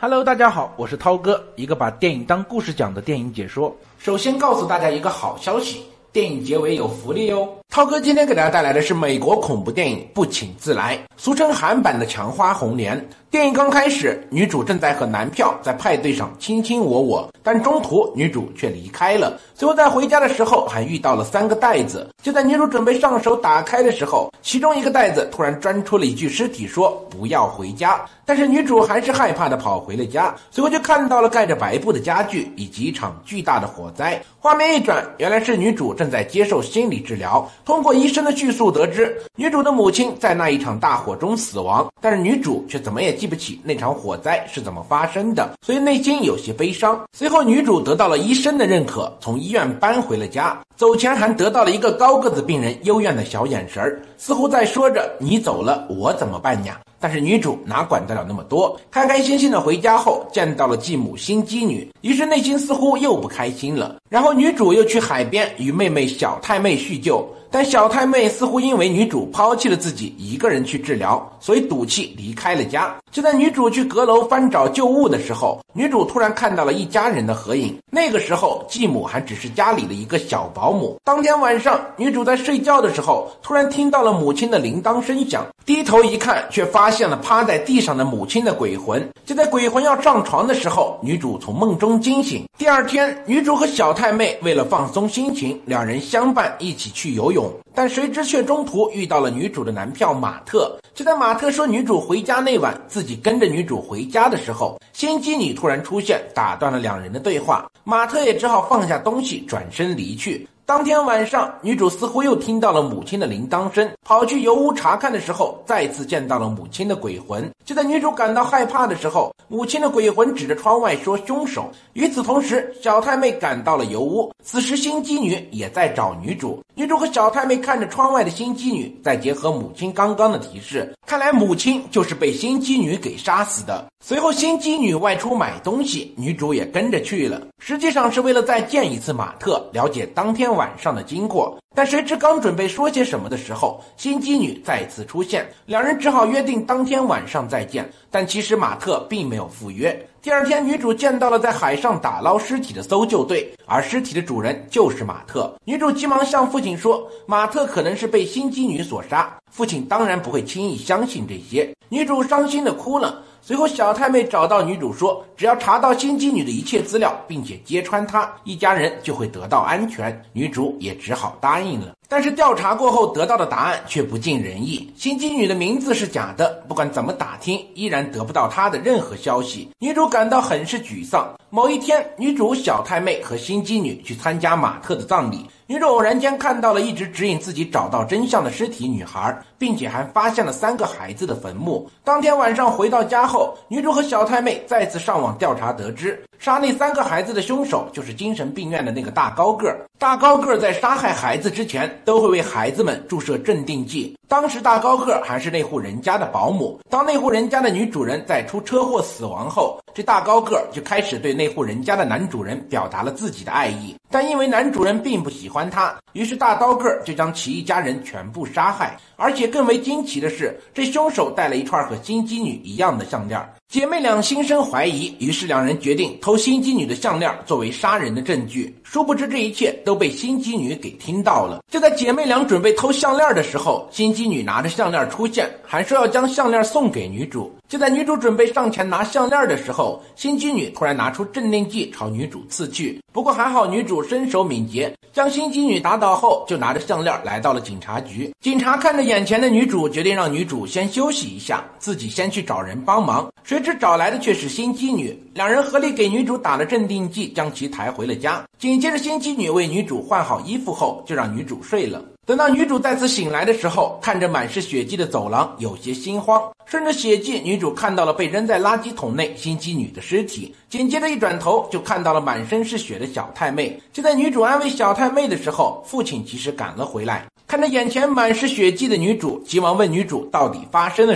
Hello， 大家好，我是涛哥，一个把电影当故事讲的电影解说。首先告诉大家一个好消息，电影结尾有福利哦。涛哥今天给大家带来的是美国恐怖电影《不请自来》，俗称韩版的《强花红莲》。电影刚开始，女主正在和男票在派对上卿卿我我，但中途女主却离开了。随后在回家的时候还遇到了3个袋子，就在女主准备上手打开的时候，其中一个袋子突然钻出了一具尸体，说不要回家。但是女主还是害怕的跑回了家，随后就看到了盖着白布的家具以及一场巨大的火灾。画面一转，原来是女主正在接受心理治疗。通过医生的叙述得知，女主的母亲在那一场大火中死亡，但是女主却怎么也记不起那场火灾是怎么发生的，所以内心有些悲伤。随后女主得到了医生的认可，从医院搬回了家，走前还得到了一个高个子病人幽怨的小眼神，似乎在说着你走了我怎么办呀。但是女主哪管得了那么多，开开心心的回家后见到了继母新姬女，于是内心似乎又不开心了。然后女主又去海边与妹妹小太妹叙旧，但小太妹似乎因为女主抛弃了自己一个人去治疗，所以赌气离开了家。就在女主去阁楼翻找旧物的时候，女主突然看到了一家人的合影，那个时候继母还只是家里的一个小保姆。当天晚上女主在睡觉的时候，突然听到了母亲的铃铛声响，低头一看，却发现了趴在地上的母亲的鬼魂。就在鬼魂要上床的时候，女主从梦中惊醒。第二天，女主和小太妹为了放松心情，两人相伴一起去游泳，但谁知却中途遇到了女主的男票马特。就在马特说女主回家那晚自己跟着女主回家的时候，新姬女突然出现，打断了两人的对话，马特也只好放下东西转身离去。当天晚上，女主似乎又听到了母亲的铃铛声，跑去油屋查看的时候，再次见到了母亲的鬼魂。就在女主感到害怕的时候，母亲的鬼魂指着窗外说凶手。与此同时，小太妹赶到了油屋，此时新姬女也在找女主。女主和小太妹看着窗外的新姬女，再结合母亲刚刚的提示，看来母亲就是被新姬女给杀死的。随后新姬女外出买东西，女主也跟着去了，实际上是为了再见一次马特，了解当天晚上的经过。但谁知刚准备说些什么的时候，新姬女再次出现，两人只好约定当天晚上再见。但其实马特并没有赴约。第二天，女主见到了在海上打捞尸体的搜救队，而尸体的主人就是马特。女主急忙向父亲说，马特可能是被新姬女所杀。父亲当然不会轻易相信这些，女主伤心的哭了。随后小太妹找到女主说，只要查到新姬女的一切资料，并且揭穿她，一家人就会得到安全。女主也只好答应了。但是调查过后得到的答案却不尽人意，新姬女的名字是假的，不管怎么打听依然得不到她的任何消息。女主感到很是沮丧。某一天，女主小太妹和新姬女去参加马特的葬礼，女主偶然间看到了一直指引自己找到真相的尸体女孩，并且还发现了3个孩子的坟墓。当天晚上回到家后，女主和小太妹再次上网调查，得知杀那3个孩子的凶手就是精神病院的那个大高个。大高个在杀害孩子之前都会为孩子们注射镇定剂，当时大高个还是那户人家的保姆。当那户人家的女主人在出车祸死亡后，这大高个就开始对那户人家的男主人表达了自己的爱意，但因为男主人并不喜欢他，于是大高个就将其一家人全部杀害。而且更为惊奇的是，这凶手带了一串和新姬女一样的项链。姐妹俩心生怀疑，于是两人决定偷新姬女的项链作为杀人的证据。殊不知这一切都被新姬女给听到了。就在姐妹俩准备偷项链的时候，新姬女拿着项链出现，还说要将项链送给女主。就在女主准备上前拿项链的时候，新姬女突然拿出镇定剂朝女主刺去。不过还好女主身手敏捷，将新姬女打倒后，就拿着项链来到了警察局。警察看着眼前的女主，决定让女主先休息一下，自己先去找人帮忙。谁知找来的却是新姬女，两人合力给女主打了镇定剂，将其抬回了家。紧接着新姬女为女主换好衣服后，就让女主睡了。等到女主再次醒来的时候，看着满是血迹的走廊，有些心慌。顺着血迹，女主看到了被扔在垃圾桶内新姬女的尸体，紧接着一转头就看到了满身是血的小太妹。就在女主安慰小太妹的时候，父亲及时赶了回来。看着眼前满是血迹的女主，急忙问女主到底发生了什么。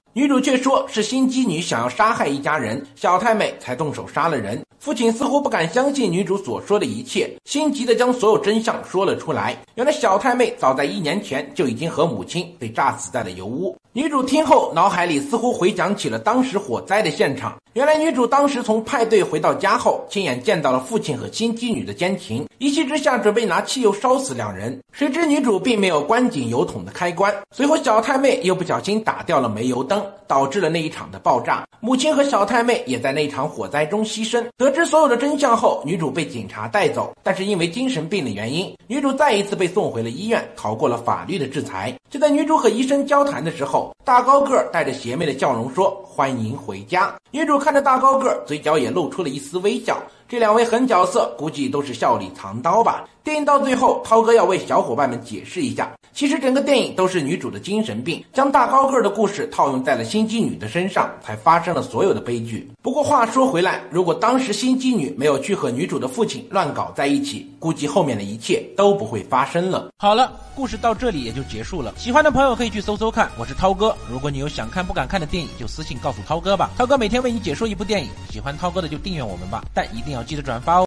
女主却说是心机女想要杀害一家人，小太妹才动手杀了人。父亲似乎不敢相信女主所说的一切，心急地将所有真相说了出来。原来小太妹早在1年前就已经和母亲被炸死在了油屋。女主听后，脑海里似乎回想起了当时火灾的现场。原来女主当时从派对回到家后，亲眼见到了父亲和心机女的奸情，一气之下准备拿汽油烧死两人。谁知女主并没有关紧油桶的开关，随后小太妹又不小心打掉了煤油灯，导致了那一场的爆炸。母亲和小太妹也在那场火灾中牺牲。得知所有的真相后，女主被警察带走，但是因为精神病的原因，女主再一次被送回了医院，逃过了法律的制裁。就在女主和医生交谈的时候，大高个带着邪魅的笑容说欢迎回家。女主看着大高个，嘴角也露出了一丝微笑。这两位狠角色估计都是笑里藏刀吧。电影到最后，涛哥要为小伙伴们解释一下，其实整个电影都是女主的精神病将大高个的故事套用在了心机女的身上，才发生了所有的悲剧。不过话说回来，如果当时心机女没有去和女主的父亲乱搞在一起，估计后面的一切都不会发生了。好了，故事到这里也就结束了。喜欢的朋友可以去搜搜看，我是涛哥。如果你有想看不敢看的电影，就私信告诉涛哥吧，涛哥每天为你解说一部电影。喜欢涛哥的就订阅我们吧，但一定要记得转发哦。